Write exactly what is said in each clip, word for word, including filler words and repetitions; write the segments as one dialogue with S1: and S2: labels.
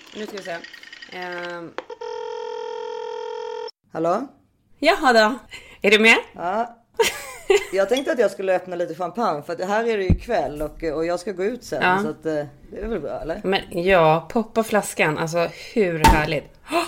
S1: Nu ska vi se. Um...
S2: Hallå?
S1: Jaha då. Är du med?
S2: Ja. Jag tänkte att jag skulle öppna lite champagne. För att här är det ju kväll och, och jag ska gå ut sen. Ja. Så att, det är väl bra, eller?
S1: Men ja, poppa flaskan. Alltså, hur härligt. Oh!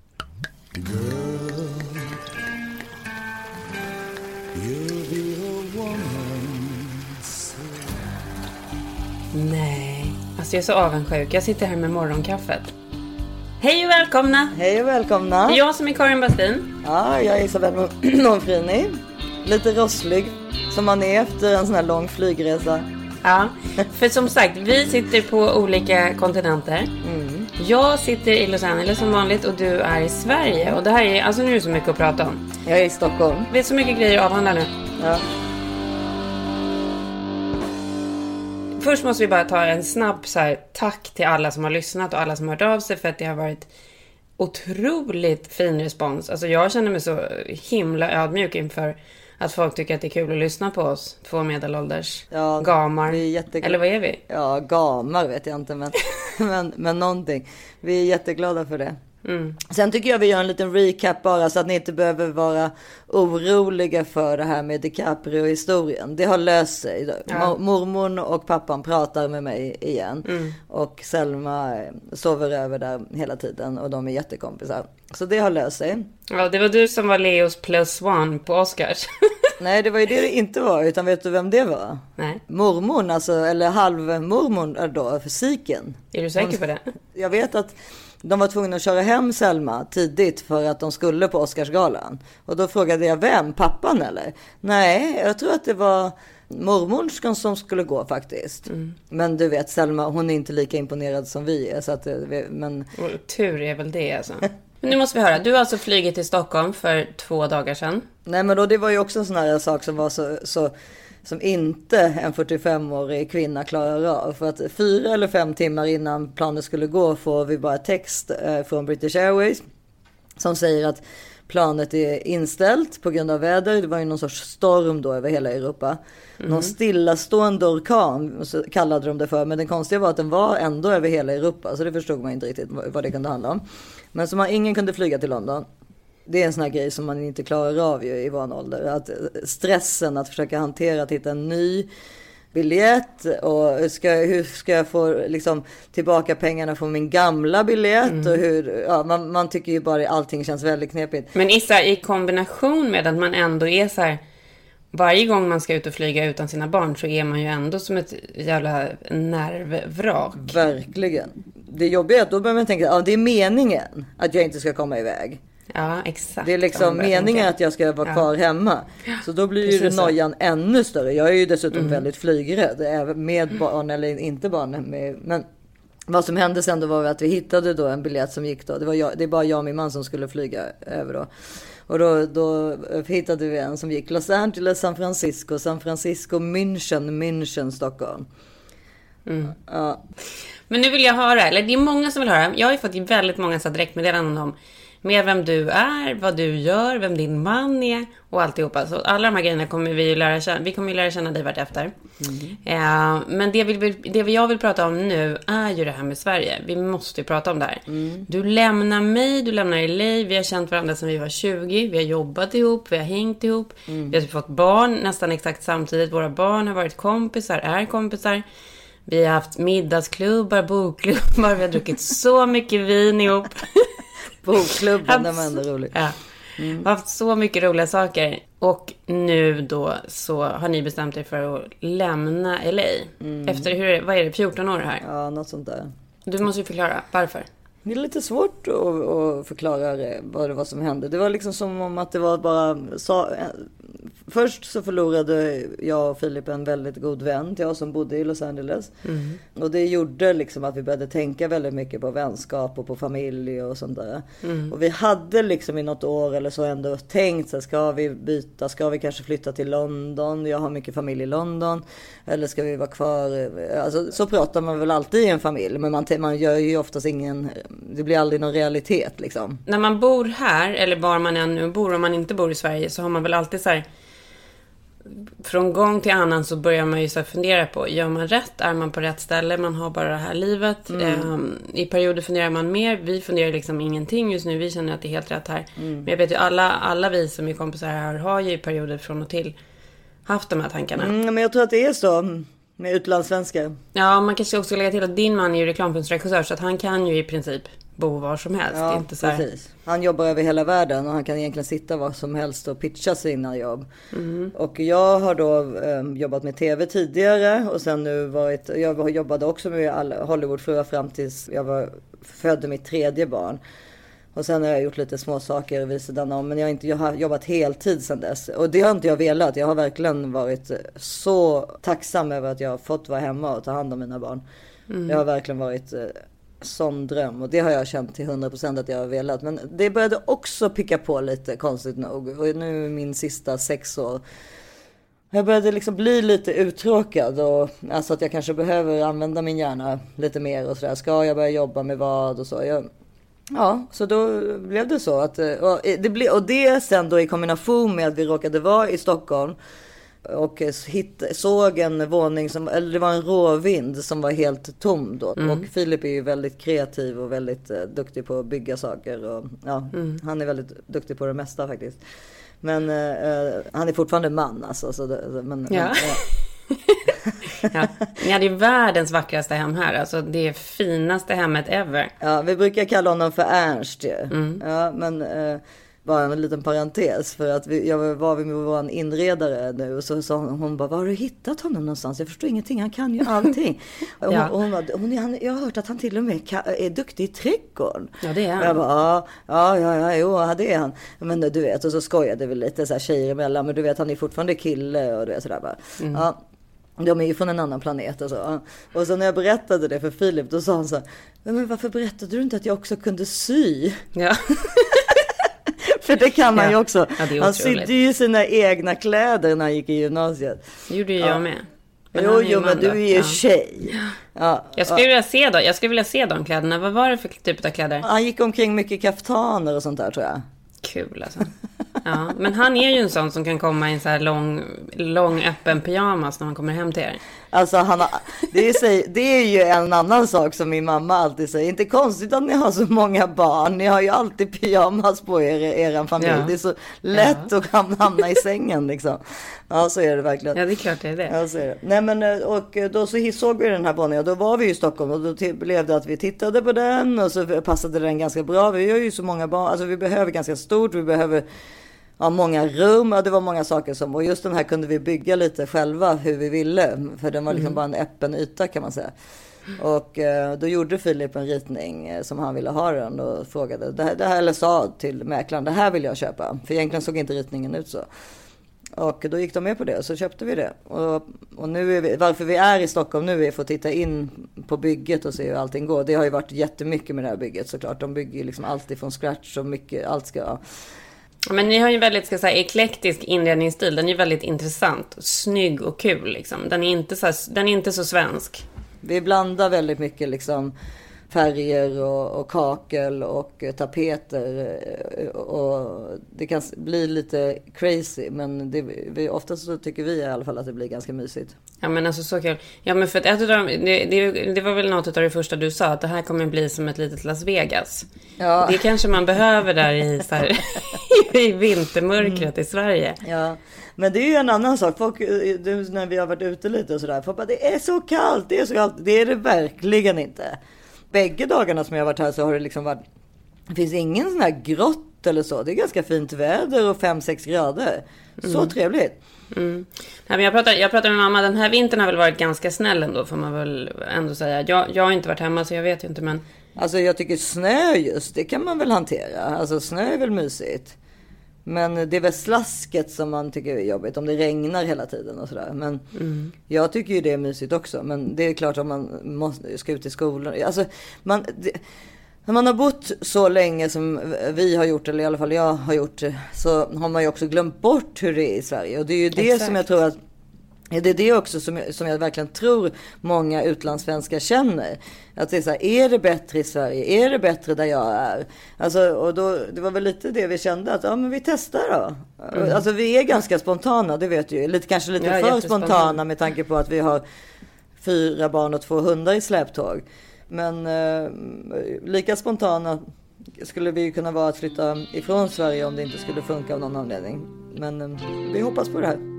S1: Nej, alltså jag är så avundsjuk. Jag sitter här med morgonkaffet. Hej och välkomna.
S2: Hej och välkomna.
S1: Det är jag som är Karin Bastin.
S2: Ja, jag är Isabella Monfrini. Lite rosslig som man är efter en sån här lång flygresa.
S1: Ja, för som sagt, vi sitter på olika kontinenter. Mm. Jag sitter i Los Angeles som vanligt och du är i Sverige. Och det här är, alltså nu är det så mycket att prata om.
S2: Jag är i Stockholm.
S1: Vi har så mycket grejer att avhandla nu.
S2: Ja.
S1: Först måste vi bara ta en snabb så här, tack till alla som har lyssnat och alla som har hört av sig, för att det har varit otroligt fin respons. Alltså jag känner mig så himla ödmjuk inför att folk tycker att det är kul att lyssna på oss. Två medelålders
S2: ja,
S1: gamar.
S2: Jättegl-
S1: Eller vad är vi?
S2: Ja, gamar vet jag inte, men, men, men någonting. Vi är jätteglada för det. Mm. Sen tycker jag vi gör en liten recap bara så att ni inte behöver vara oroliga för det här med DiCaprio-historien. Det har löst sig. Ja. Mormor och pappan pratar med mig igen. Mm. Och Selma sover över där hela tiden och de är jättekompisar. Så det har löst sig.
S1: Ja, det var du som var Leos plus one på Oscars.
S2: Nej, det var ju det det inte var. Utan vet du vem det var?
S1: Nej.
S2: Mormor, alltså, eller halvmormor då, fysiken.
S1: Är du säker på det?
S2: Jag vet att de var tvungna att köra hem Selma tidigt för att de skulle på Oscarsgalan. Och då frågade jag, vem? Pappan eller? Nej, jag tror att det var mormorskan som skulle gå faktiskt. Mm. Men du vet, Selma, hon är inte lika imponerad som vi är. Så att, men...
S1: Och tur är väl det alltså. Men nu måste vi höra, du har alltså flugit till Stockholm för två dagar sedan.
S2: Nej, men då, det var ju också en sån här sak som var så... så som inte en fyrtiofemårig kvinna klarar av. För att fyra eller fem timmar innan planen skulle gå får vi bara text eh, från British Airways som säger att planet är inställt på grund av väder. Det var ju någon sorts storm då över hela Europa. Mm. Någon stillastående orkan så kallade de det för. Men det konstiga var att den var ändå över hela Europa. Så det förstod man inte riktigt vad det kunde handla om. Men så man, ingen kunde flyga till London. Det är en sån här grej som man inte klarar av i van ålder. Att stressen att försöka hantera att hitta en ny biljett. Och ska, hur ska jag få liksom, tillbaka pengarna från min gamla biljett. Mm. Och hur, ja, man, man tycker ju bara att allting känns väldigt knepigt.
S1: Men Issa, i kombination med att man ändå är så här... Varje gång man ska ut och flyga utan sina barn så är man ju ändå som ett jävla nervvrak.
S2: Verkligen. Det jobbiga är att då börjar man tänka att ja, det är meningen att jag inte ska komma iväg.
S1: Ja, exakt.
S2: Det är liksom meningen att jag ska vara kvar ja. hemma. Så då blir ju nojan ännu större. Jag är ju dessutom mm. väldigt flygrädd. Även med barn eller inte barn. Med, men vad som hände sen då var att vi hittade då en biljett som gick då. Det, var jag, det är bara jag och min man som skulle flyga över då. Och då, då hittade vi en som gick Los Angeles, San Francisco, San Francisco, München, München, Stockholm.
S1: Mm. Ja. Men nu vill jag höra, eller det är många som vill höra. Jag har ju fått väldigt många så direktmeddelanden om med vem du är, vad du gör, vem din man är och alltihopa. Så alla de här grejerna kommer vi ju lära känna. Vi kommer ju lära känna dig vart efter. Mm. Eh, men det, vi, det jag vill prata om nu är ju det här med Sverige. Vi måste ju prata om det här. Mm. Du lämnar mig, du lämnar L A. Vi har känt varandra sedan vi var tjugo. Vi har jobbat ihop, vi har hängt ihop. Mm. Vi har fått barn nästan exakt samtidigt. Våra barn har varit kompisar, är kompisar. Vi har haft middagsklubbar, bokklubbar. Vi har druckit så mycket vin ihop.
S2: Bokklubben, den var ändå rolig.
S1: Ja. Mm. Vi har haft så mycket roliga saker. Och nu då så har ni bestämt er för att lämna L A. Mm. Efter, hur är det, vad är det, fjorton år här?
S2: Ja, något sånt där.
S1: Du måste ju förklara, varför?
S2: Det är lite svårt att, att förklara vad det var som hände. Det var liksom som om att det var bara... Så, först så förlorade jag och Filip en väldigt god vän till oss som bodde i Los Angeles. Mm. Och det gjorde liksom att vi började tänka väldigt mycket på vänskap och på familj och sånt där. Mm. Och vi hade liksom i något år eller så ändå tänkt så ska vi byta, ska vi kanske flytta till London? Jag har mycket familj i London. Eller ska vi vara kvar? Alltså, så pratar man väl alltid i en familj. Men man, man gör ju oftast ingen... Det blir aldrig någon realitet liksom.
S1: När man bor här, eller var man än nu bor, om man inte bor i Sverige, så har man väl alltid så här från gång till annan så börjar man ju så fundera på, gör man rätt? Är man på rätt ställe? Man har bara det här livet. Mm. Um, I perioder funderar man mer. Vi funderar liksom ingenting just nu. Vi känner att det är helt rätt här. Mm. Men jag vet ju, alla, alla vi som är kompisar här har ju i perioder från och till haft de här tankarna.
S2: Mm, men jag tror att det är så med utlandssvenskar.
S1: Ja, man kanske också lägga till att din man är ju reklamfilmsregissör, så att han kan ju i princip bo var som helst.
S2: Ja,
S1: det är inte så här...
S2: precis. Han jobbar över hela världen och han kan egentligen sitta var som helst och pitcha sina jobb. Mm. Och jag har då um, jobbat med tv tidigare och sen nu varit, jag jobbade också med alla Hollywoodfruar fram tills jag var, födde mitt tredje barn. Och sen har jag gjort lite små saker vid sidan om, men jag har, inte, jag har jobbat heltid sedan dess. Och det har inte jag velat. Jag har verkligen varit så tacksam över att jag har fått vara hemma och ta hand om mina barn. Mm. Det har verkligen varit eh, sån dröm. Och det har jag känt till hundra procent att jag har velat. Men det började också picka på lite, konstigt nog. Och nu är min sista sex år. Jag började liksom bli lite uttråkad. Och, alltså att jag kanske behöver använda min hjärna lite mer och sådär. Ska jag börja jobba med vad och så. Jag... Ja, så då blev det så att och det blev, och det sen då i kombination med att vi råkade vara i Stockholm och hit, såg en våning som, eller det var en råvind som var helt tom då. Mm. Och Filip är ju väldigt kreativ och väldigt uh, duktig på att bygga saker och ja, mm. han är väldigt duktig på det mesta faktiskt. Men uh, han är fortfarande man alltså, så det, men,
S1: ja.
S2: men, uh,
S1: ja. Ni hade ju världens vackraste hem här. Alltså det finaste hemmet ever.
S2: Ja, vi brukar kalla honom för Ernst ju. Mm. Ja, men eh, bara en liten parentes. För att vi, jag var med vår inredare nu. Och så sa hon, hon bara, var har du hittat honom någonstans? Jag förstår ingenting, han kan ju allting. Och
S1: ja.
S2: hon, hon, hon, hon, han, jag har hört att han till och med kan, är duktig i trädgården.
S1: Ja, det är han.
S2: Och jag bara, ja, ja, ja, ja, jo, det är han. Men du vet, och så skojade vi lite så här tjejer emellan. Men du vet, han är fortfarande kille och du vet sådär bara. Mm. Ja. De är ju från en annan planet och så. Och så när jag berättade det för Filip, då sa han så här, men varför berättade du inte att jag också kunde sy?
S1: Ja.
S2: För det kan man
S1: ja.
S2: ju också.
S1: Ja,
S2: han sydde ju sina egna kläder när han gick i gymnasiet.
S1: Det gjorde ju ja. jag med.
S2: Men jo, jo, men du är ju ja. tjej.
S1: Ja. Jag skulle vilja se då. Jag skulle vilja se de kläderna. Vad var det för typ av kläder?
S2: Han gick omkring mycket kaftaner och sånt där, tror jag.
S1: Kul alltså. Ja, men han är ju en sån som kan komma i en så här lång, lång öppen pyjamas när han kommer hem till er.
S2: Alltså han har, det, är, det är ju en annan sak som min mamma alltid säger. Inte konstigt att ni har så många barn. Ni har ju alltid pyjamas på er, er familj. Ja. Det är så lätt ja. att hamna i sängen liksom. Ja, så är det verkligen.
S1: Ja, det är klart det är det.
S2: Ja, så är det. Nej, men och då så såg vi den här våningen. Då var vi i Stockholm och då blev det att vi tittade på den och så passade den ganska bra. Vi har ju så många barn. Alltså vi behöver ganska stort. Vi behöver ja, många rum och det var många saker som, och just den här kunde vi bygga lite själva hur vi ville, för den var liksom mm. bara en öppen yta kan man säga. Och eh, då gjorde Filip en ritning eh, som han ville ha den och frågade, det här, det här eller sa till mäklaren, det här vill jag köpa, för egentligen såg inte ritningen ut så. Och då gick de med på det och så köpte vi det. Och, och nu är vi, varför vi är i Stockholm nu är för att titta in på bygget och se hur allting går. Det har ju varit jättemycket med det här bygget såklart. De bygger ju liksom alltid från scratch och mycket, allt ska... Ja.
S1: Men ni har ju en väldigt, ska jag säga, eklektisk inredningsstil. Den är ju väldigt intressant, snygg och kul liksom. Den är inte så, den är inte så svensk.
S2: Vi blandar väldigt mycket liksom färger och, och kakel och tapeter och det kan bli lite crazy, men det, vi, oftast så tycker vi i alla fall att det blir ganska mysigt.
S1: Ja, men alltså så kul. Ja, men för att ett av de, det, det, det var väl något av det första du sa, att det här kommer bli som ett litet Las Vegas. Ja. Det kanske man behöver där i, så här, i vintermörkret mm. i Sverige.
S2: Ja. Men det är ju en annan sak. Folk, när vi har varit ute lite och sådär, folk bara, det är så kallt, det är så kallt. Det är det verkligen inte. Bägge dagarna som jag har varit här så har det liksom varit, det finns ingen sån här grott eller så. Det är ganska fint väder och fem sex grader. Så mm. trevligt.
S1: Mm. Nej, men jag, pratar, jag pratar med mamma, den här vintern har väl varit ganska snäll ändå, får man väl ändå säga. Jag, jag har inte varit hemma så jag vet ju inte, men...
S2: Alltså jag tycker snö just, det kan man väl hantera. Alltså snö är väl mysigt. Men det är väl slasket som man tycker är jobbigt, om det regnar hela tiden och sådär. Men mm. jag tycker ju det är mysigt också. Men det är klart om man måste, ska ut i skolan. Alltså, man, det, när man har bott så länge som vi har gjort, eller i alla fall jag har gjort, så har man ju också glömt bort hur det är i Sverige. Och det är ju det Exakt. som jag tror att Det är det också som jag, som jag verkligen tror många utlandssvenskar känner. Att det är så här, är det bättre i Sverige? Är det bättre där jag är? Alltså, och då, det var väl lite det vi kände, att ja, men vi testar då. Mm. Alltså vi är ganska spontana, det vet du ju. Lite, kanske lite ja, för spontana med tanke på att vi har fyra barn och två hundar i släptåg. Men eh, lika spontana skulle vi kunna vara att flytta ifrån Sverige om det inte skulle funka av någon anledning. Men eh, vi hoppas på det här.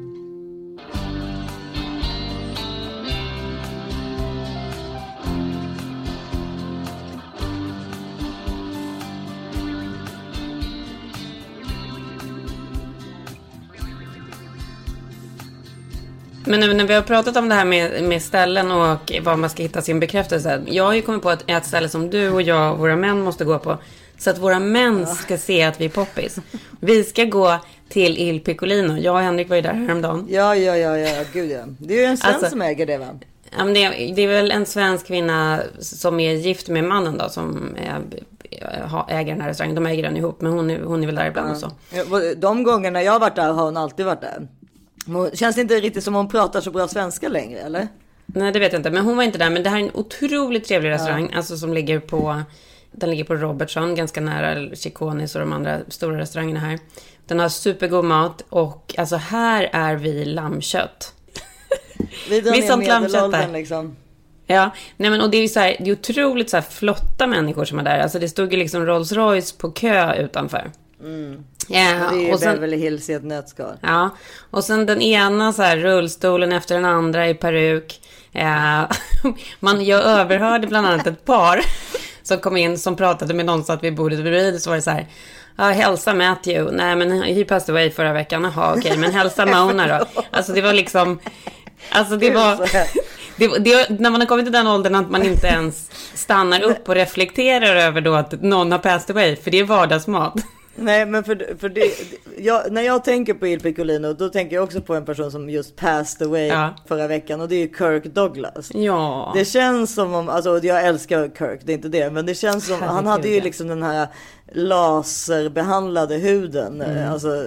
S1: Men nu, när vi har pratat om det här med, med ställen och var man ska hitta sin bekräftelse. Jag har ju kommit på ett, ett ställe som du och jag och våra män måste gå på. Så att våra män ska se att vi är poppis. Vi ska gå till Il Piccolino. Jag och Henrik var ju där häromdagen.
S2: Ja, ja, ja, ja, gud ja. Det är ju en svensk alltså, som äger det, va?
S1: Ja, men det, är, det är väl en svensk kvinna som är gift med mannen då, som är, äger den här restaurangen. De äger den ihop, men hon är, hon är väl där ibland ja. Och
S2: så. De gångerna jag har varit där har hon alltid varit där. Känns det inte riktigt som hon pratar så bra svenska längre, eller?
S1: Nej, det vet jag inte. Men hon var inte där. Men det här är en otroligt trevlig restaurang. Ja. Alltså som ligger på... Den ligger på Robertson, ganska nära Chiconis och de andra stora restaurangerna här. Den har supergod mat. Och alltså här är vi lammkött.
S2: Vi drar ner medelåldern liksom.
S1: Ja, nej men och det är ju så här, det är otroligt så här flotta människor som är där. Alltså det stod ju liksom Rolls Royce på kö utanför.
S2: Mm. Ja, och det är ju och sen, Beverly Hills i ett nötskal.
S1: Ja, och sen den ena så här rullstolen efter den andra i peruk. Ja, man, jag överhörde bland annat ett par som kom in som pratade med någon så att vi bordet bredvid. Så var det så här, ja, hälsa Matthew. Nej, men he passed away förra veckan. Jaha, okej, okay, men hälsa Mona då. Alltså det var liksom, alltså det var... Det, det, när man har kommit till den åldern att man inte ens stannar upp och reflekterar över då att någon har passed away, för det är vardagsmat.
S2: Nej, men för, för det, jag, när jag tänker på Il Piccolino, då tänker jag också på en person som just passed away ja. förra veckan, och det är ju Kirk Douglas.
S1: Ja.
S2: Det känns som om, alltså jag älskar Kirk, det är inte det, men det känns som, han hade ju liksom den här laserbehandlade huden, mm. alltså,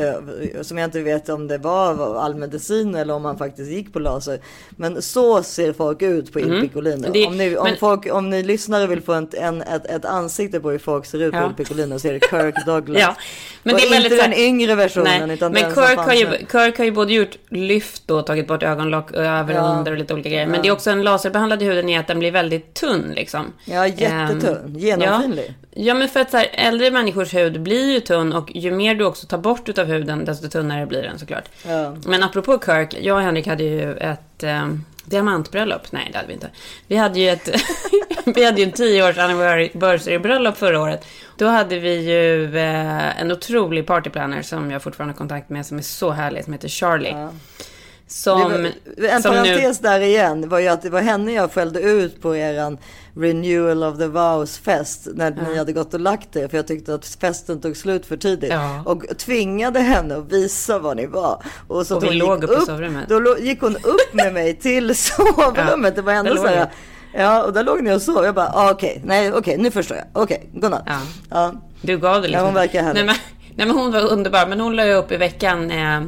S2: eh, som jag inte vet om det var allmedicin eller om man faktiskt gick på laser, men så ser folk ut på Il mm. Piccolino. Det, om, ni, om, men, folk, om ni lyssnare vill få en, en, ett, ett ansikte på hur folk ser ut ja. på Il Piccolino, så är det Kirk Douglas. Ja. Men och det är inte väldigt, den yngre versionen. Nej, utan
S1: men Kirk har, ju, Kirk har ju både gjort lyft då, tagit bort ögonlock över och ja. under och lite olika grejer, men ja. det är också en laserbehandlad huden i att den blir väldigt tunn liksom.
S2: Ja, jättetunn, um, genomskinlig.
S1: Ja. Ja, men för att så här, äldre människors hud blir ju tunn, och ju mer du också tar bort utav huden, desto tunnare blir den såklart. Ja. Men apropå Kirk, jag och Henrik hade ju ett eh, diamantbröllop. Nej, det hade vi inte. Vi hade ju ett vi hade ju en tio års anniversary-bröllop förra året. Då hade vi ju eh, en otrolig partyplanner som jag fortfarande har kontakt med, som är så härlig, som heter Charlie. Ja. Som,
S2: var, en som parentes nu... där igen var ju att det var henne jag följde ut på eran Renewal of the Vows fest när ja. ni hade gått och lagt er, för jag tyckte att festen tog slut för tidigt ja. och tvingade henne att visa vad ni var, och så
S1: och vi låg upp i sovrummet.
S2: Då gick hon upp med mig till sovrummet. Ja. Det var ändå så här, ja, och där låg ni och sov. Jag bara, ah, okej, okay, nej, okej, okay, nu förstår jag. Okej, okay, godnatt. Ja. Ja.
S1: Du gav det liksom.
S2: Ja, hon verkar härlig.
S1: Nej, men, nej, men hon var underbar, men hon la ju upp i veckan eh,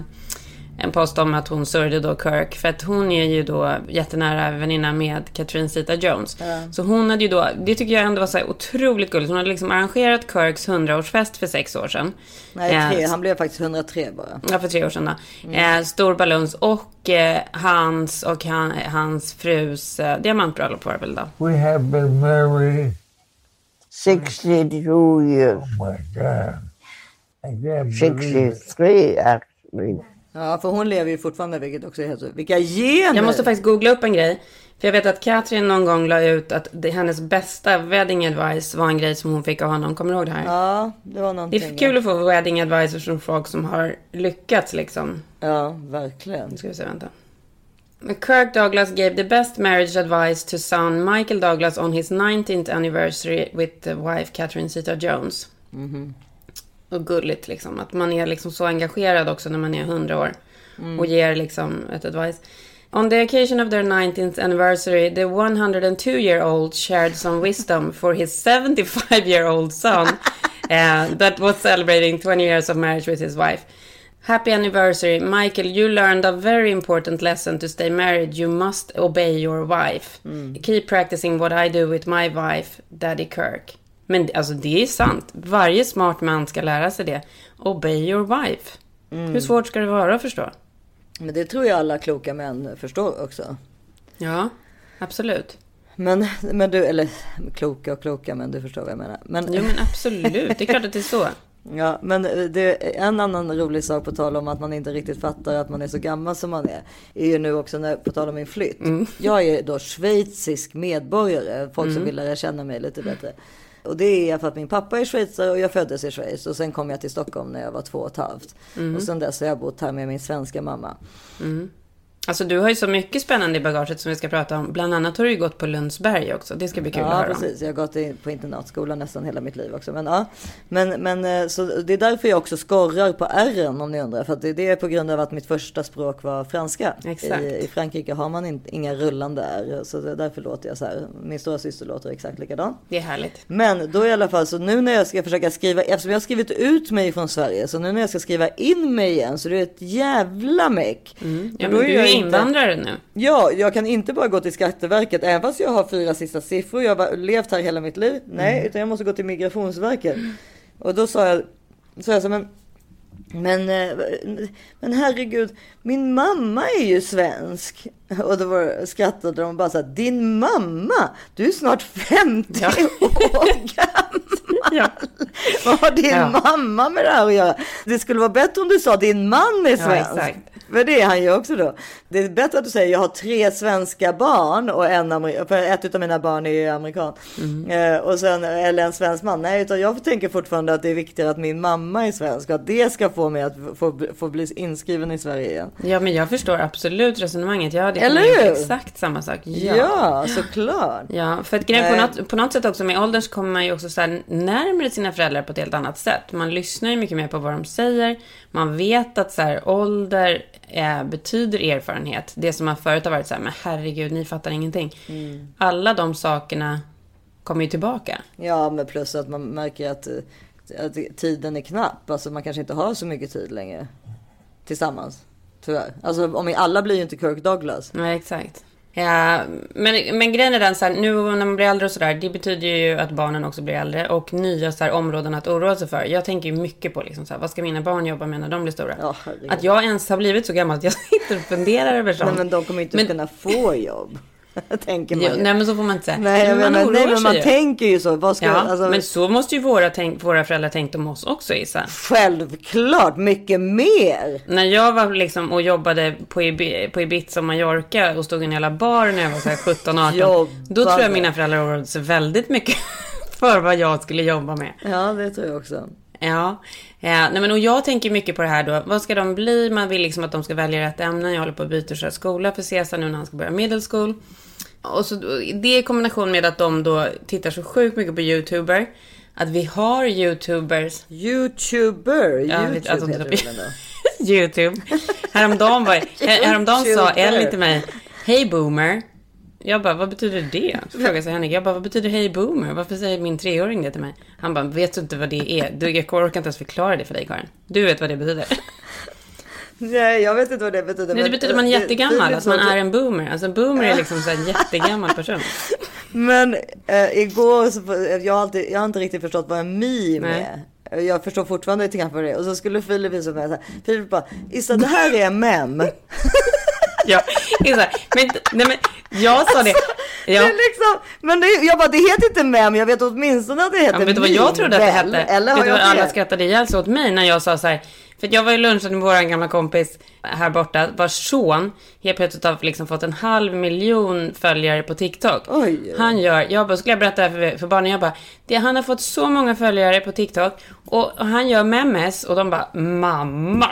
S1: en post om att hon sörjde då Kirk, för att hon är ju då jättenära väninna med Catherine Zeta-Jones. Ja. Så hon hade ju då, det tycker jag ändå var så här otroligt gulligt. Hon hade liksom arrangerat Kirks hundraårsfest för sex år sedan.
S2: Nej, tre. Eh, han blev faktiskt hundratre bara.
S1: Ja, för tre år sedan då. Mm. Eh, stor baluns och eh, hans och han, hans frus eh, diamantbröllop var väl då.
S3: We have been married
S4: sixty-two years.
S3: Oh my God.
S4: sixty-three actually.
S2: Ja, för hon lever ju fortfarande, vilket också är helt så. Vilka gener!
S1: Jag måste faktiskt googla upp en grej. För jag vet att Catherine någon gång la ut att det, hennes bästa wedding advice var en grej som hon fick av honom. Kommer du ihåg det här?
S2: Ja, det var någonting.
S1: Det är kul att få wedding advice från folk som har lyckats liksom.
S2: Ja, verkligen.
S1: Nu ska vi se, vänta. Kirk Douglas gave the best marriage advice to son Michael Douglas on his nineteenth anniversary with the wife Catherine Zeta-Jones. Mhm. Och gulligt liksom, att man är liksom så engagerad också när man är hundra år mm. och ger liksom ett advice. On the occasion of their nineteenth anniversary, the one hundred two year old shared some wisdom for his seventy-five year old son uh, that was celebrating twenty years of marriage with his wife. Happy anniversary, Michael. You learned a very important lesson to stay married. You must obey your wife. Mm. Keep practicing what I do with my wife, Daddy Kirk. Men alltså det är sant. Varje smart man ska lära sig det. Obey your wife. Mm. Hur svårt ska det vara att förstå?
S2: Men det tror jag alla kloka män förstår också.
S1: Ja, absolut.
S2: Men, men du, eller kloka och kloka, men du förstår vad jag menar. Men,
S1: jo men absolut, det är klart att det är så.
S2: Ja, men det är en annan rolig sak på tal om att man inte riktigt fattar att man är så gammal som man är. Är ju nu också när, på tal om min flytt. Mm. Jag är då schweizisk medborgare, folk mm. som vill lära känna mig lite bättre. Och det är för att min pappa är schweizare och jag föddes i Schweiz. Och sen kom jag till Stockholm när jag var två och ett halvt. Mm. Och sen dess har jag bott här med min svenska mamma.
S1: Mm. Alltså du har ju så mycket spännande i bagaget som vi ska prata om. Bland annat har du ju gått på Lundsberg också. Det ska bli kul
S2: ja,
S1: att höra
S2: om. Ja, precis. Jag har gått på internatskolan nästan hela mitt liv också. Men, ja. men, men så det är därför jag också skorrar på R:en om ni undrar. För att det, det är på grund av att mitt första språk var franska.
S1: Exakt.
S2: I, i Frankrike har man in, inga rullande R. Så det, därför låter jag så här. Min stora syster låter exakt likadan.
S1: Det är härligt.
S2: Men då i alla fall, så nu när jag ska försöka skriva, eftersom jag har skrivit ut mig från Sverige. Så nu när jag ska skriva in mig igen, så det är ett jävla meck.
S1: Mm. Ja, men du är ju invandrare nu.
S2: Ja, jag kan inte bara gå till Skatteverket, även fast jag har fyra sista siffror, jag har levt här hela mitt liv. Nej, mm. utan jag måste gå till Migrationsverket. Och då sa jag, så jag så, men, men, men herregud, min mamma är ju svensk. Och då var, skrattade de bara så här, din mamma, du är snart femtio ja. år gammal. Ja. Vad har din ja. mamma med det här att göra? Det skulle vara bättre om du sa din man är svensk. Ja, exakt. För det är han ju också då. Det är bättre att du säger jag har tre svenska barn och en amerikan, för ett av mina barn är ju amerikan. Mm. Eh, och sen, eller en svensk man. Nej, utan jag tänker fortfarande att det är viktigare att min mamma är svensk. Att det ska få mig att få, få bli inskriven i Sverige igen.
S1: Ja, men jag förstår absolut resonemanget. Ja, det
S2: eller hur?
S1: Exakt samma sak. Ja,
S2: ja såklart.
S1: Ja, för att grejen på något, på något sätt också med åldern så kommer man ju också så här närmare sina föräldrar på ett helt annat sätt. Man lyssnar ju mycket mer på vad de säger. Man vet att så här, ålder eh, betyder erfarenhet. Det som man förut har varit så här, men herregud, ni fattar ingenting. Mm. Alla de sakerna kommer ju tillbaka.
S2: Ja, men plus att man märker att, att tiden är knapp. Alltså man kanske inte har så mycket tid längre tillsammans. Tyvärr. Alltså om alla blir ju inte Kirk Douglas.
S1: Nej, exakt. Ja, men, men grejen är den så här, nu när man blir äldre och sådär, det betyder ju att barnen också blir äldre och nya så här, områden att oroa sig för. Jag tänker ju mycket på liksom, så här, vad ska mina barn jobba med när de blir stora?
S2: Ja,
S1: att jag ens har blivit så gammal att jag sitter och funderar över sånt.
S2: Nej, men de kommer inte men, kunna få jobb. Tänker man
S1: jo, nej, men så får man inte säga.
S2: Nej, men, men, man, nej, men man tänker ju så. Vad ska,
S1: ja,
S2: alltså,
S1: men så måste ju våra, tänk, våra föräldrar tänkt om oss också, Issa.
S2: Självklart, mycket mer.
S1: När jag var liksom och jobbade på, Ibi, på Ibiza och Mallorca och stod i en hela bar när jag var så här sjutton arton. Jobba. Då tror jag mina föräldrar oroade sig väldigt mycket för vad jag skulle jobba med.
S2: Ja, det tror jag också.
S1: Ja, ja. Nej, men och jag tänker mycket på det här då. Vad ska de bli? Man vill liksom att de ska välja rätt ämnen. Jag håller på att byta så här skola för Cesar nu när han ska börja middle school. Och så det i kombination med att de då tittar så sjukt mycket på YouTuber. Att vi har YouTubers.
S2: YouTuber?
S1: Ja,
S2: YouTube
S1: alltså,
S2: heter det då.
S1: YouTube. Häromdagen, var, häromdagen sa Ellie till mig, hej boomer. Jag bara, vad betyder det? Så frågade sig Henrik, jag bara, vad betyder hej boomer? Varför säger min treåring det till mig? Han bara, vet du inte vad det är? Du, jag orkar inte ens förklara det för dig, Karin. Du vet vad det betyder.
S2: Nej, jag vet inte vad det betyder.
S1: Nej, det betyder att man är jättegammal, att man är en boomer. Alltså en boomer är liksom så en jättegammal person.
S2: Men äh, igår, så, jag, har alltid, jag har inte riktigt förstått vad en meme
S1: Nej.
S2: är. Jag förstår fortfarande lite grann på det. Och så skulle Filip visa mig så här. Filip bara, Issa, det här är en mem.
S1: Ja, Issa, men, nej, men jag sa det.
S2: Alltså,
S1: ja.
S2: det är liksom, men det, jag bara, det heter inte mem. Jag vet åtminstone att det heter
S1: ja, vet du vad jag trodde att det hette?
S2: Eller
S1: vet du vad alla skrattade ihjäl så åt mig när jag sa så här. För jag var i lunchen med vår gamla kompis här borta, vars son helt plötsligt har liksom fått en halv miljon följare på TikTok.
S2: Oj.
S1: Han gör, jag bara, skulle jag berätta för, för barnen, jag bara, det, han har fått så många följare på TikTok och, och han gör memes och de bara, mamma.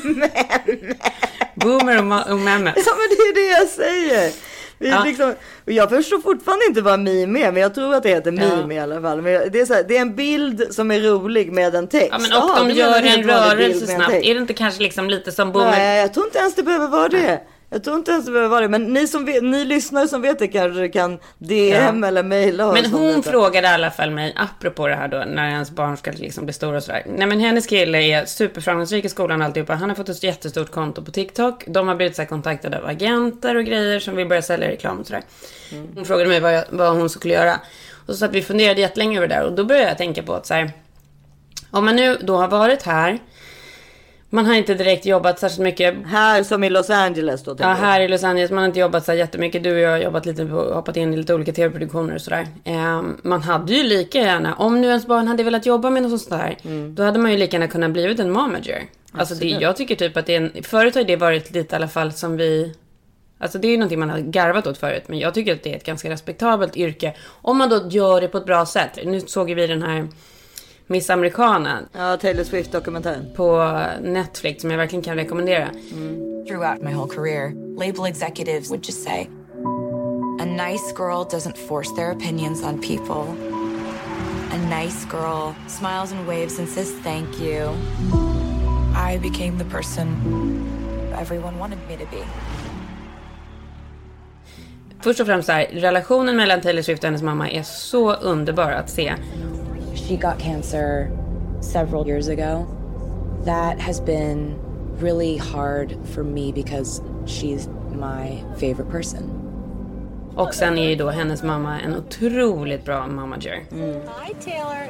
S1: Boomer och, ma- och memes.
S2: Ja, men det är det jag säger. Vi ja. liksom, jag förstår fortfarande inte vad meme är, men jag tror att det heter meme ja. i alla fall. Men det, är så här, det är en bild som är rolig med en text.
S1: Ja, men och ah, de gör en rörelse snabbt. Är det inte kanske liksom lite som boomer?
S2: Nej, jag tror inte ens det behöver vara det. Jag tror inte ens det behöver vara det. Men ni, som vet, ni lyssnare som vet det kanske kan D M ja. eller mejla.
S1: Men hon detta. frågade i alla fall mig, apropå det här då, när ens barn ska liksom bli stora och sådär. Nej, men hennes kille är superframgångsrik i skolan alltihopa. Han har fått ett jättestort konto på TikTok. De har blivit så här kontaktade av agenter och grejer som vill börja sälja reklam och sådär. Mm. Hon frågade mig vad, jag, vad hon skulle göra. Och så att vi funderade jättelänge över det där. Och då började jag tänka på att så här, om man nu då har varit här, man har inte direkt jobbat särskilt mycket.
S2: Här som i Los Angeles då?
S1: Ja, här i Los Angeles. Man har inte jobbat så jättemycket. Du och jag har jobbat lite, hoppat in i lite olika tv-produktioner och sådär. Eh, man hade ju lika gärna, om nu ens barn hade velat jobba med något sånt där, mm. då hade man ju lika gärna kunnat blivit en momager. Alltså det, jag tycker typ att det är en, förut har det varit lite i alla fall som vi, alltså det är ju någonting man har garvat åt förut, men jag tycker att det är ett ganska respektabelt yrke. Om man då gör det på ett bra sätt. Nu såg vi den här Miss Americana.
S2: Ja, Taylor Swift-dokumentären.
S1: På Netflix som jag verkligen kan rekommendera.
S5: Mm. Throughout my whole career, label executives would just say, a nice girl doesn't force their opinions on people. A nice girl smiles and waves and says thank you. I became the person everyone wanted me to be.
S1: Först och främst här, relationen mellan Taylor Swift och hennes mamma är så underbar att se.
S5: She got cancer several years ago. That has been really hard for me because she's my favorite person.
S1: Och sen är ju då hennes mamma en otroligt bra mamager.
S6: Mm. Hi Taylor.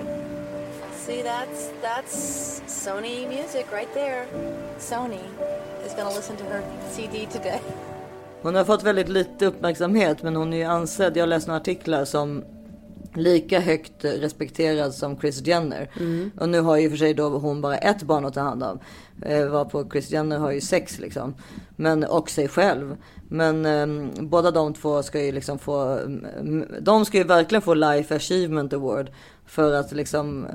S6: See that's that's Sony music right there. Sony is going to listen to her C D today.
S2: Hon har fått väldigt lite uppmärksamhet, men hon är ju ansedd, jag har läst några artiklar som lika högt respekterad som Kris Jenner. Mm. Och nu har ju för sig då hon bara ett barn att ta hand om. Eh, var på Kris Jenner har ju sex liksom. Men, och sig själv. Men eh, båda de två ska ju liksom få, de ska ju verkligen få Life Achievement Award för att liksom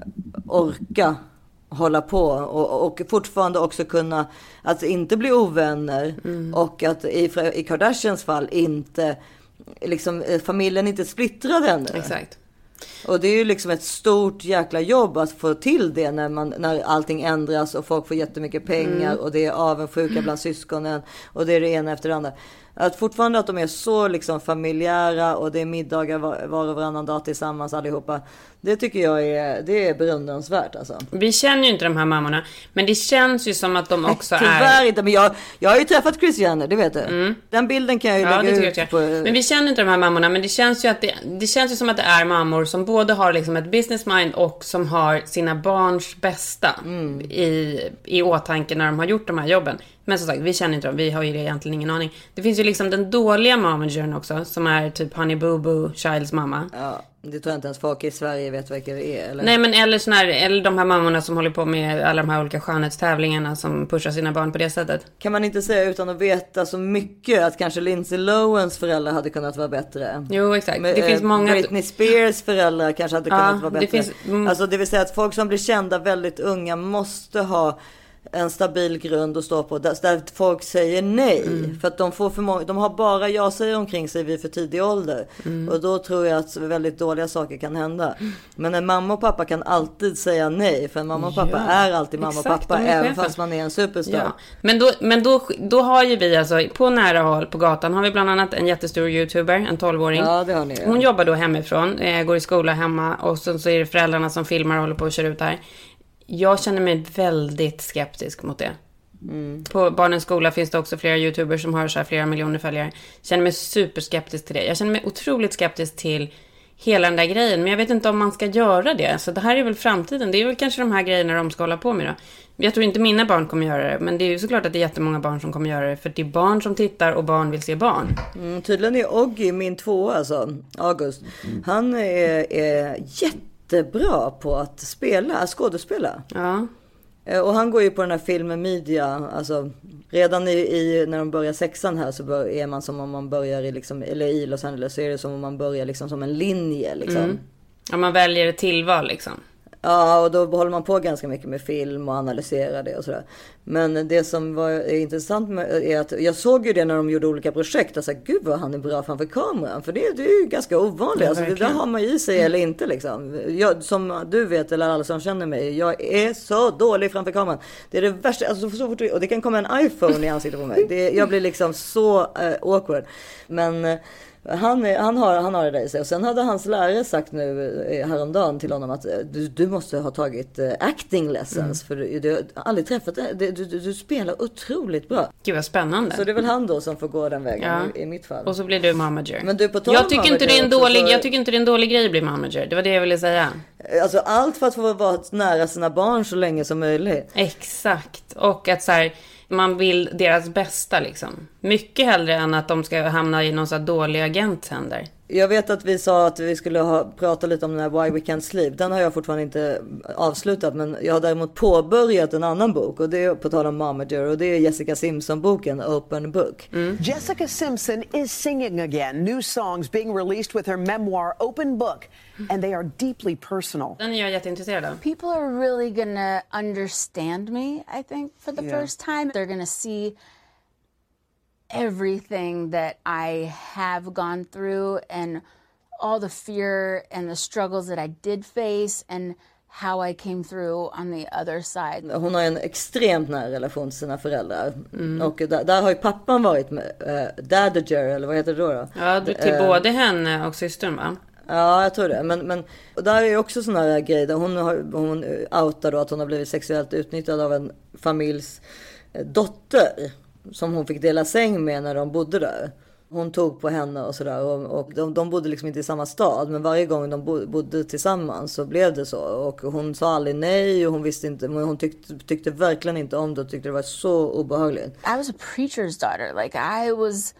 S2: orka hålla på och, och fortfarande också kunna att inte bli ovänner mm. och att i, i Kardashians fall inte liksom familjen inte splittrad ännu.
S1: Exakt.
S2: Och det är ju liksom ett stort jäkla jobb att få till det när, man, när allting ändras och folk får jättemycket pengar mm. och det är avundsjuka bland syskonen och det är det ena efter det andra. Att fortfarande att de är så liksom familjära och det är middagar var, var och varannan dag tillsammans allihopa. Det tycker jag är, det är berundansvärt alltså. Vi
S1: känner ju inte de här mammorna, men det känns ju som att de också
S2: Tyvärr
S1: är...
S2: Tyvärr inte, men jag, jag har ju träffat Kris Jenner, det vet du. Mm. Den bilden kan jag ju
S1: ja,
S2: lägga ut
S1: jag
S2: på...
S1: Men vi känner inte de här mammorna, men det känns ju att det, det känns ju som att det är mammor som både har liksom ett business mind och som har sina barns bästa mm. i, i åtanke när de har gjort de här jobben. Men som sagt, vi känner inte dem, vi har ju egentligen ingen aning. Det finns ju liksom den dåliga mamagern också, som är typ Honey Boo Boo, Childs mamma.
S2: Ja, det tror jag inte ens folk i Sverige vet vilka det är, eller?
S1: Nej, men eller sån här, eller de här mammorna som håller på med alla de här olika skönhetstävlingarna som pushar sina barn på det sättet.
S2: Kan man inte säga utan att veta så mycket att kanske Lindsay Lohans föräldrar hade kunnat vara bättre?
S1: Jo, exakt.
S2: Men,
S1: det finns många...
S2: Britney Spears föräldrar kanske hade kunnat ja, vara bättre.
S1: Det finns... mm.
S2: Alltså det vill säga att folk som blir kända väldigt unga måste ha en stabil grund att stå på där, där folk säger nej mm. för att de får för många, de har bara jag säger omkring sig vid för tidig ålder mm. och då tror jag att väldigt dåliga saker kan hända. Men en mamma och pappa kan alltid säga nej, för en mamma och pappa ja. är alltid mamma Exakt, och pappa även fast man är en superstar. Ja.
S1: Men då men då då har ju vi alltså på nära håll på gatan har vi bland annat en jättestor YouTuber, en tolvåring.
S2: Ja, det har ni. Ja.
S1: Hon jobbar då hemifrån, eh, går i skola hemma och så, så är det föräldrarna som filmar och håller på och kör ut här. Jag känner mig väldigt skeptisk mot det. Mm. På barnens skola finns det också flera YouTubers som har så här flera miljoner följare. Jag känner mig superskeptisk till det. Jag känner mig otroligt skeptisk till hela den där grejen. Men jag vet inte om man ska göra det. Så det här är väl framtiden. Det är väl kanske de här grejerna de ska hålla på med då. Jag tror inte mina barn kommer göra det. Men det är ju såklart att det är jättemånga barn som kommer göra det. För det är barn som tittar och barn vill se barn.
S2: Mm, tydligen är Oggy, min två alltså, August. Mm. Han är, är jätte bra på att spela, skådespela.
S1: Ja.
S2: Och han går ju på den här filmen Media, alltså redan i, i när de börjar sexan här så bör, är man som om man börjar i liksom, eller i Los Angeles så är det som om man börjar liksom som en linje liksom. Mm.
S1: Ja, man väljer ett tillval liksom.
S2: Ja, och då håller man på ganska mycket med film och analyserar det och sådär. Men det som var är intressant med, är att jag såg ju det när de gjorde olika projekt. Alltså, gud vad han är bra framför kameran. För det, det är ju ganska ovanligt. Ja, alltså, det där har man i sig eller inte liksom. Jag, som du vet, eller alla som känner mig, jag är så dålig framför kameran. Det är det värsta. Alltså, så fort, och det kan komma en iPhone i ansiktet på mig. Det, jag blir liksom så uh, awkward. Men... Uh, Han, han, har, han har det där i sig. Och sen hade hans lärare sagt nu häromdagen till honom att du, du måste ha tagit acting lessons. Mm. För du, du har aldrig träffat det. Du, du, du spelar otroligt bra.
S1: Gud vad spännande.
S2: Så det är väl han då som får gå den vägen
S1: ja.
S2: i, i mitt fall.
S1: Och så blir du manager.
S2: Men du, på tal
S1: jag, tycker inte det är en dålig,
S2: så...
S1: jag tycker inte det är en dålig grej att bli manager. Det var det jag ville säga.
S2: Alltså allt för att få vara nära sina barn så länge som möjligt.
S1: Exakt. Och att så här... man vill deras bästa liksom. Mycket hellre än att de ska hamna i någon så här dålig agent händer.
S2: Jag vet att vi sa att vi skulle ha pratat lite om den här Why We Can't Sleep. Den har jag fortfarande inte avslutat, men jag har däremot påbörjat en annan bok. Och det är på tal om Momager, och det är Jessica Simpson-boken Open Book.
S7: Mm. Jessica Simpson is singing again. New songs being released with her memoir Open Book. And they are deeply personal.
S1: Den är jag jätteintresserad av.
S8: People are really gonna understand me, I think, for the yeah. first time. They're gonna see everything that I have gone through and all the fear and the struggles that I did face and how I came through on the other side.
S2: Hon har en extremt nära relation till sina föräldrar. Mm. Och där, där har ju pappan varit med. Uh, Dadager, eller vad heter det då? då?
S1: Ja, till uh, både henne och systern, va?
S2: Ja, jag tror det. Men, men där är ju också såna här grejer där hon, har, hon outar då att hon har blivit sexuellt utnyttjad av en familjs dotter som hon fick dela säng med när de bodde där. Hon tog på henne och sådär. Och, och de, de bodde liksom inte i samma stad, men varje gång de bodde tillsammans så blev det så. Och hon sa aldrig nej och hon visste inte, men hon tyckte, tyckte verkligen inte om det och tyckte det var så obehagligt.
S8: I was a preacher's daughter. Like I was,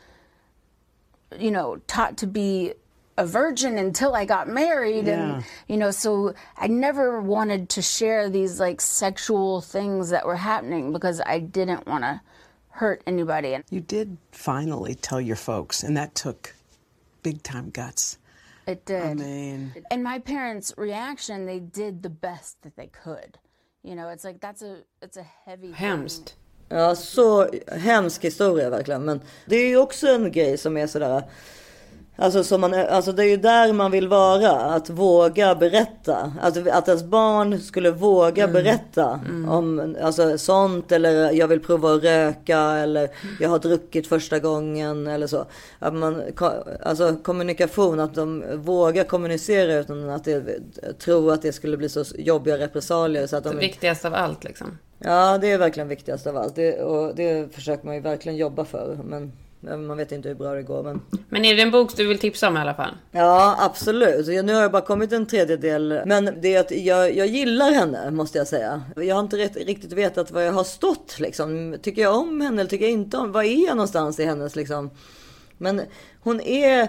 S8: you know, taught to be a virgin until I got married. Yeah. And, you know, so I never wanted to share these like sexual things that were happening because I didn't want to hurt anybody.
S7: You did finally tell your folks, and that took big time guts.
S8: It did.
S7: I mean...
S8: And my parents' reaction, they did the best that they could. You know, it's like that's a it's a heavy
S1: Hemskt.
S2: Ja, så hemsk historia verkligen. Men det är ju också en grej som är sådär... Alltså, som man, alltså det är ju där man vill vara, att våga berätta. Alltså, att ens barn skulle våga mm. berätta mm. om alltså, sånt, eller jag vill prova att röka, eller jag har druckit första gången, eller så. Att man, alltså kommunikation, att de vågar kommunicera utan att det, tro att det skulle bli så jobbiga repressalier. Så att de,
S1: det viktigaste av allt liksom.
S2: Ja, det är verkligen viktigast av allt. Det, och det försöker man ju verkligen jobba för, men... Man vet inte hur bra det går, men...
S1: Men är det en bok du vill tipsa om i alla fall?
S2: Ja, absolut. Nu har jag bara kommit en tredjedel. Men det är att jag, jag gillar henne, måste jag säga. Jag har inte rätt, riktigt vetat vad jag har stått, liksom. Tycker jag om henne eller tycker jag inte om? Vad är jag någonstans i hennes, liksom? Men hon är...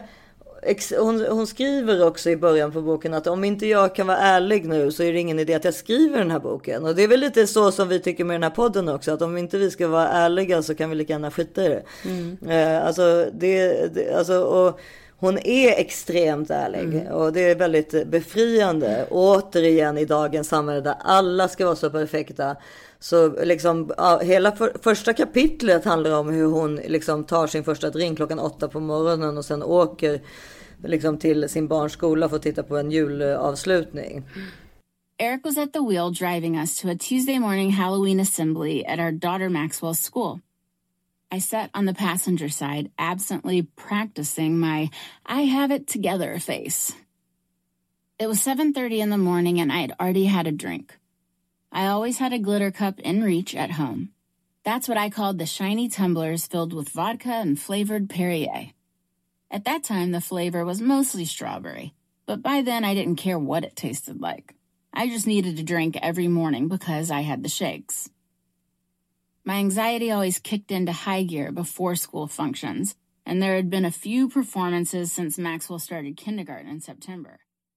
S2: Hon, hon skriver också i början på boken att om inte jag kan vara ärlig nu så är det ingen idé att jag skriver den här boken. Och det är väl lite så som vi tycker med den här podden också, att om inte vi ska vara ärliga så kan vi lika gärna skita i det. Mm. Eh, alltså, det, det alltså, och hon är extremt ärlig mm. och det är väldigt befriande. Mm. Återigen i dagens samhälle där alla ska vara så perfekta. Så liksom, ja, hela för, första kapitlet handlar om hur hon liksom tar sin första drink klockan åtta på morgonen och sen åker liksom till sin barnskola för att titta på en julavslutning.
S9: Eric was at the wheel driving us to a Tuesday morning Halloween assembly at our daughter Maxwell's school. I sat on the passenger side, absently practicing my I have it together face. It was seven thirty in the morning and I had already had a drink. I always had a glitter cup in reach at home. That's what I called the shiny tumblers filled with vodka and flavored Perrier. At that time, the flavor was mostly strawberry, but by then I didn't care what it tasted like. I just needed a drink every morning because I had the shakes. My anxiety always kicked into high gear before school functions, and there had been a few performances since Maxwell started kindergarten in September.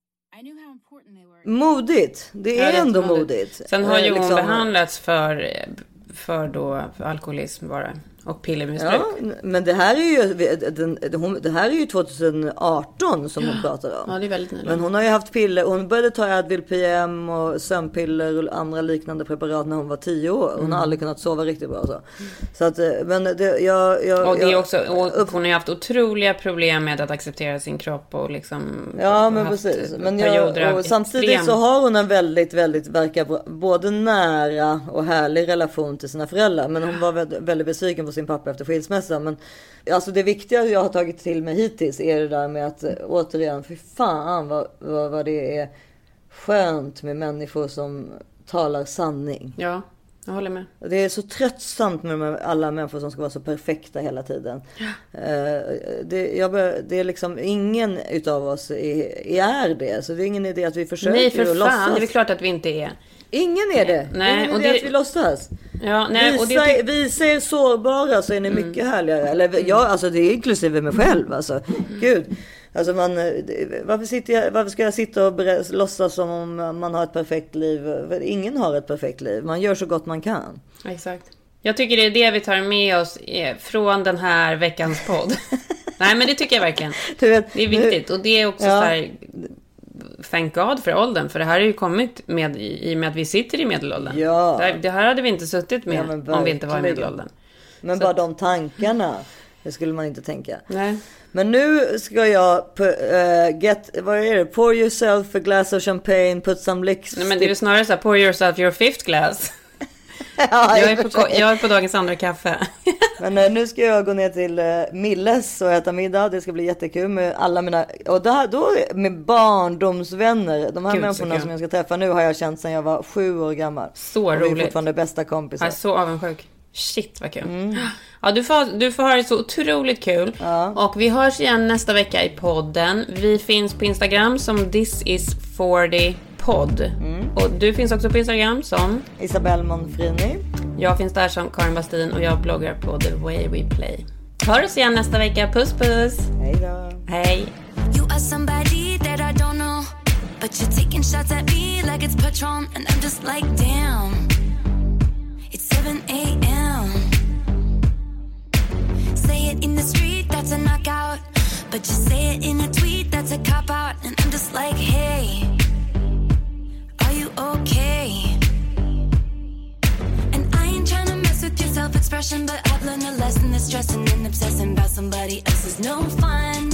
S2: Modigt, det är ja, ändå modigt.
S1: Sen har ju hon liksom behandlats för, för då för alkoholism bara. och pillermissbruk.
S2: Ja, men det här är ju den, hon, det här är ju tjugoarton som hon pratar om.
S1: Ja, det är väldigt nyligen.
S2: Men hon har ju haft piller. Hon började ta Advil P M och sömnpiller och andra liknande preparat när hon var tio år. Hon mm. har aldrig kunnat sova riktigt bra så. Så att, men det, jag, jag,
S1: och det är
S2: jag,
S1: också, och hon har ju haft otroliga problem med att acceptera sin kropp och liksom.
S2: Ja, men precis. Men jag, och samtidigt extrem... så har hon en väldigt, väldigt verkar både nära och härlig relation till sina föräldrar. Men hon var väldigt, väldigt besviken på sin pappa efter skilsmässa. Men alltså det viktiga jag har tagit till mig hittills är det där med att återigen, för fan vad, vad, vad det är skönt med människor som talar sanning.
S1: Ja, jag håller med.
S2: Det är så tröttsamt med alla människor som ska vara så perfekta hela tiden. Ja. Det, jag bör, det är liksom ingen utav oss är, är det. Så det är ingen idé att vi försöker.
S1: Nej, för fan,
S2: låtsas.
S1: det är klart att vi inte är.
S2: Ingen är det.
S1: Nej,
S2: ingen
S1: och
S2: idé
S1: det...
S2: att vi låtsas.
S1: Ja, nej,
S2: vi,
S1: och det...
S2: säger, vi ser sårbara så är ni mycket mm. härligare. Eller ja, alltså det är inklusive mig själv. Alltså. Mm. Gud. Alltså man, varför, sitter jag, varför ska jag sitta och ber- låtsas som om man har ett perfekt liv? Ingen har ett perfekt liv. Man gör så gott man kan.
S1: Exakt. Jag tycker det är det vi tar med oss från den här veckans podd. Nej, men det tycker jag verkligen. Du vet, det är viktigt. Och det är också ja. så här... Thank God för åldern. För det här har ju kommit med i och med att vi sitter i medelåldern.
S2: Ja.
S1: Det, här, det här hade vi inte suttit med ja, om vi inte var i medelåldern.
S2: Men
S1: så
S2: bara
S1: att...
S2: de tankarna. Det skulle man inte tänka.
S1: Nej.
S2: Men nu ska jag uh, get, vad är det? Pour yourself a glass of champagne, put some licks.
S1: Nej, men det är ju snarare så här, pour yourself your fifth glass. Ja, jag, är på, jag är på dagens andra kaffe.
S2: Men uh, nu ska jag gå ner till uh, Milles och äta middag. Det ska bli jättekul med alla mina, och då, då med barndomsvänner. De här Gud, människorna som jag ska träffa nu har jag känt sedan jag var sju år gammal.
S1: Så
S2: och
S1: roligt.
S2: Vi är fortfarande bästa kompisar.
S1: Jag är så avundsjuk. Shit vad kul. Mm. Ja, du får, du får ha det så otroligt kul.
S2: Ja.
S1: Och vi hörs igen nästa vecka i podden. Vi finns på Instagram som this is forty podd. Mm. Och du finns också på Instagram som
S2: Isabelle Monfrini.
S1: Jag finns där som Karin Bastin och jag bloggar på The Way We Play. Hör oss igen nästa vecka. Puss puss.
S2: Hej då.
S1: Hej.
S10: You are somebody that I don't know, but you're taking shots at me like it's Patron, and I'm just like damn. It's seven a.m. Say it in the street, that's a knockout. But just say it in a tweet, that's a cop-out. And I'm just like, hey, are you okay? And I ain't trying to mess with your self-expression, but I've learned a lesson that stressing and obsessing about somebody else is no fun.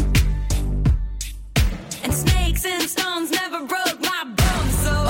S10: And snakes and stones never broke my bones, so...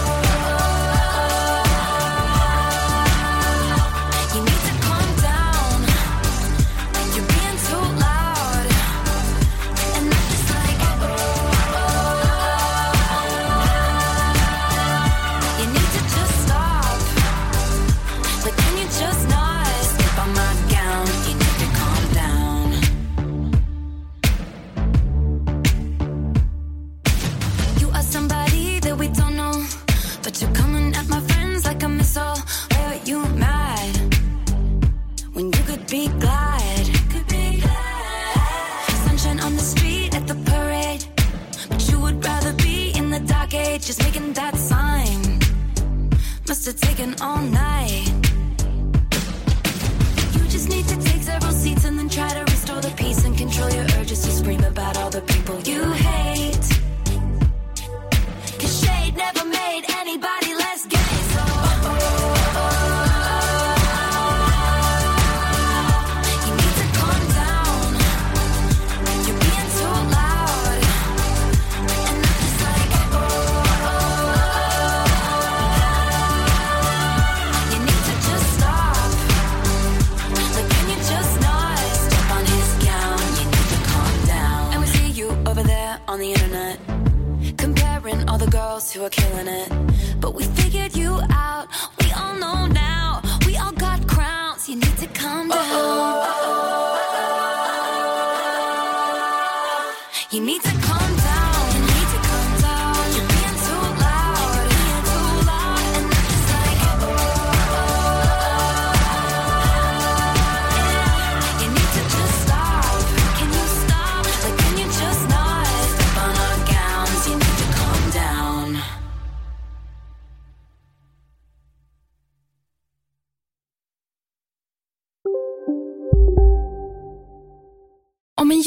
S10: You're coming at my friends like a missile. Why are you mad when you could be glad? Could be glad. Sunshine on the street at the parade, but you would rather be in the dark age, just making that sign. Must have taken all night. You just need to take several seats and then try to restore the peace and control your urges to scream about all the people you hate. 'Cause shade never made anybody less gay, so you need to calm down. You're being too loud, and I'm just like, you need to just stop. Like, can you just not step on his gown? You need to calm down. And we see you over there on the internet, comparing all the girls who are killing it. But we figured you out. We all know now. We all got crowns. You need to calm down. You need to calm down. You need to calm down. You're being too loud. You're being too loud. And I'm just like, you need to just stop. Can you stop? Like, can you just not step on our gowns? You need to calm down.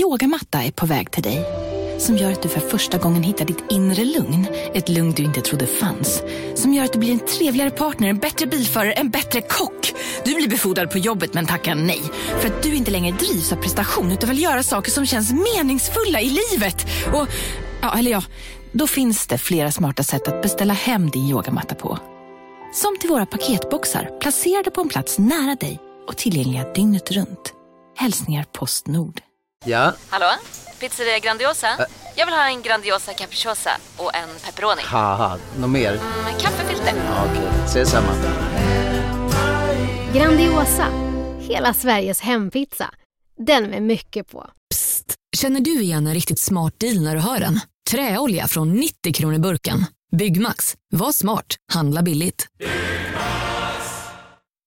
S11: yogamatta är på väg till dig. Som gör att du för första gången hittar ditt inre lugn. Ett lugn du inte trodde fanns. Som gör att du blir en trevligare partner, en bättre bilförare, en bättre kock. Du blir befordrad på jobbet men tackar nej. För att du inte längre drivs av prestation utan vill göra saker som känns meningsfulla i livet. Och, ja, eller ja, då finns det flera smarta sätt att beställa hem din yogamatta på. Som till våra paketboxar, placerade på en plats nära dig och tillgängliga dygnet runt. Hälsningar Postnord.
S12: Ja?
S13: Hallå? Pizzeria Grandiosa? Ä Jag vill ha en Grandiosa capriciosa och en pepperoni.
S12: Haha, något mer?
S13: Mm, kaffefilter.
S12: Ja, okej, okay. Ses samma.
S14: Grandiosa, hela Sveriges hempizza. Den med mycket på.
S15: Psst, känner du igen en riktigt smart deal när du hör den? Träolja från nittio kronor burken. Byggmax, var smart, handla billigt.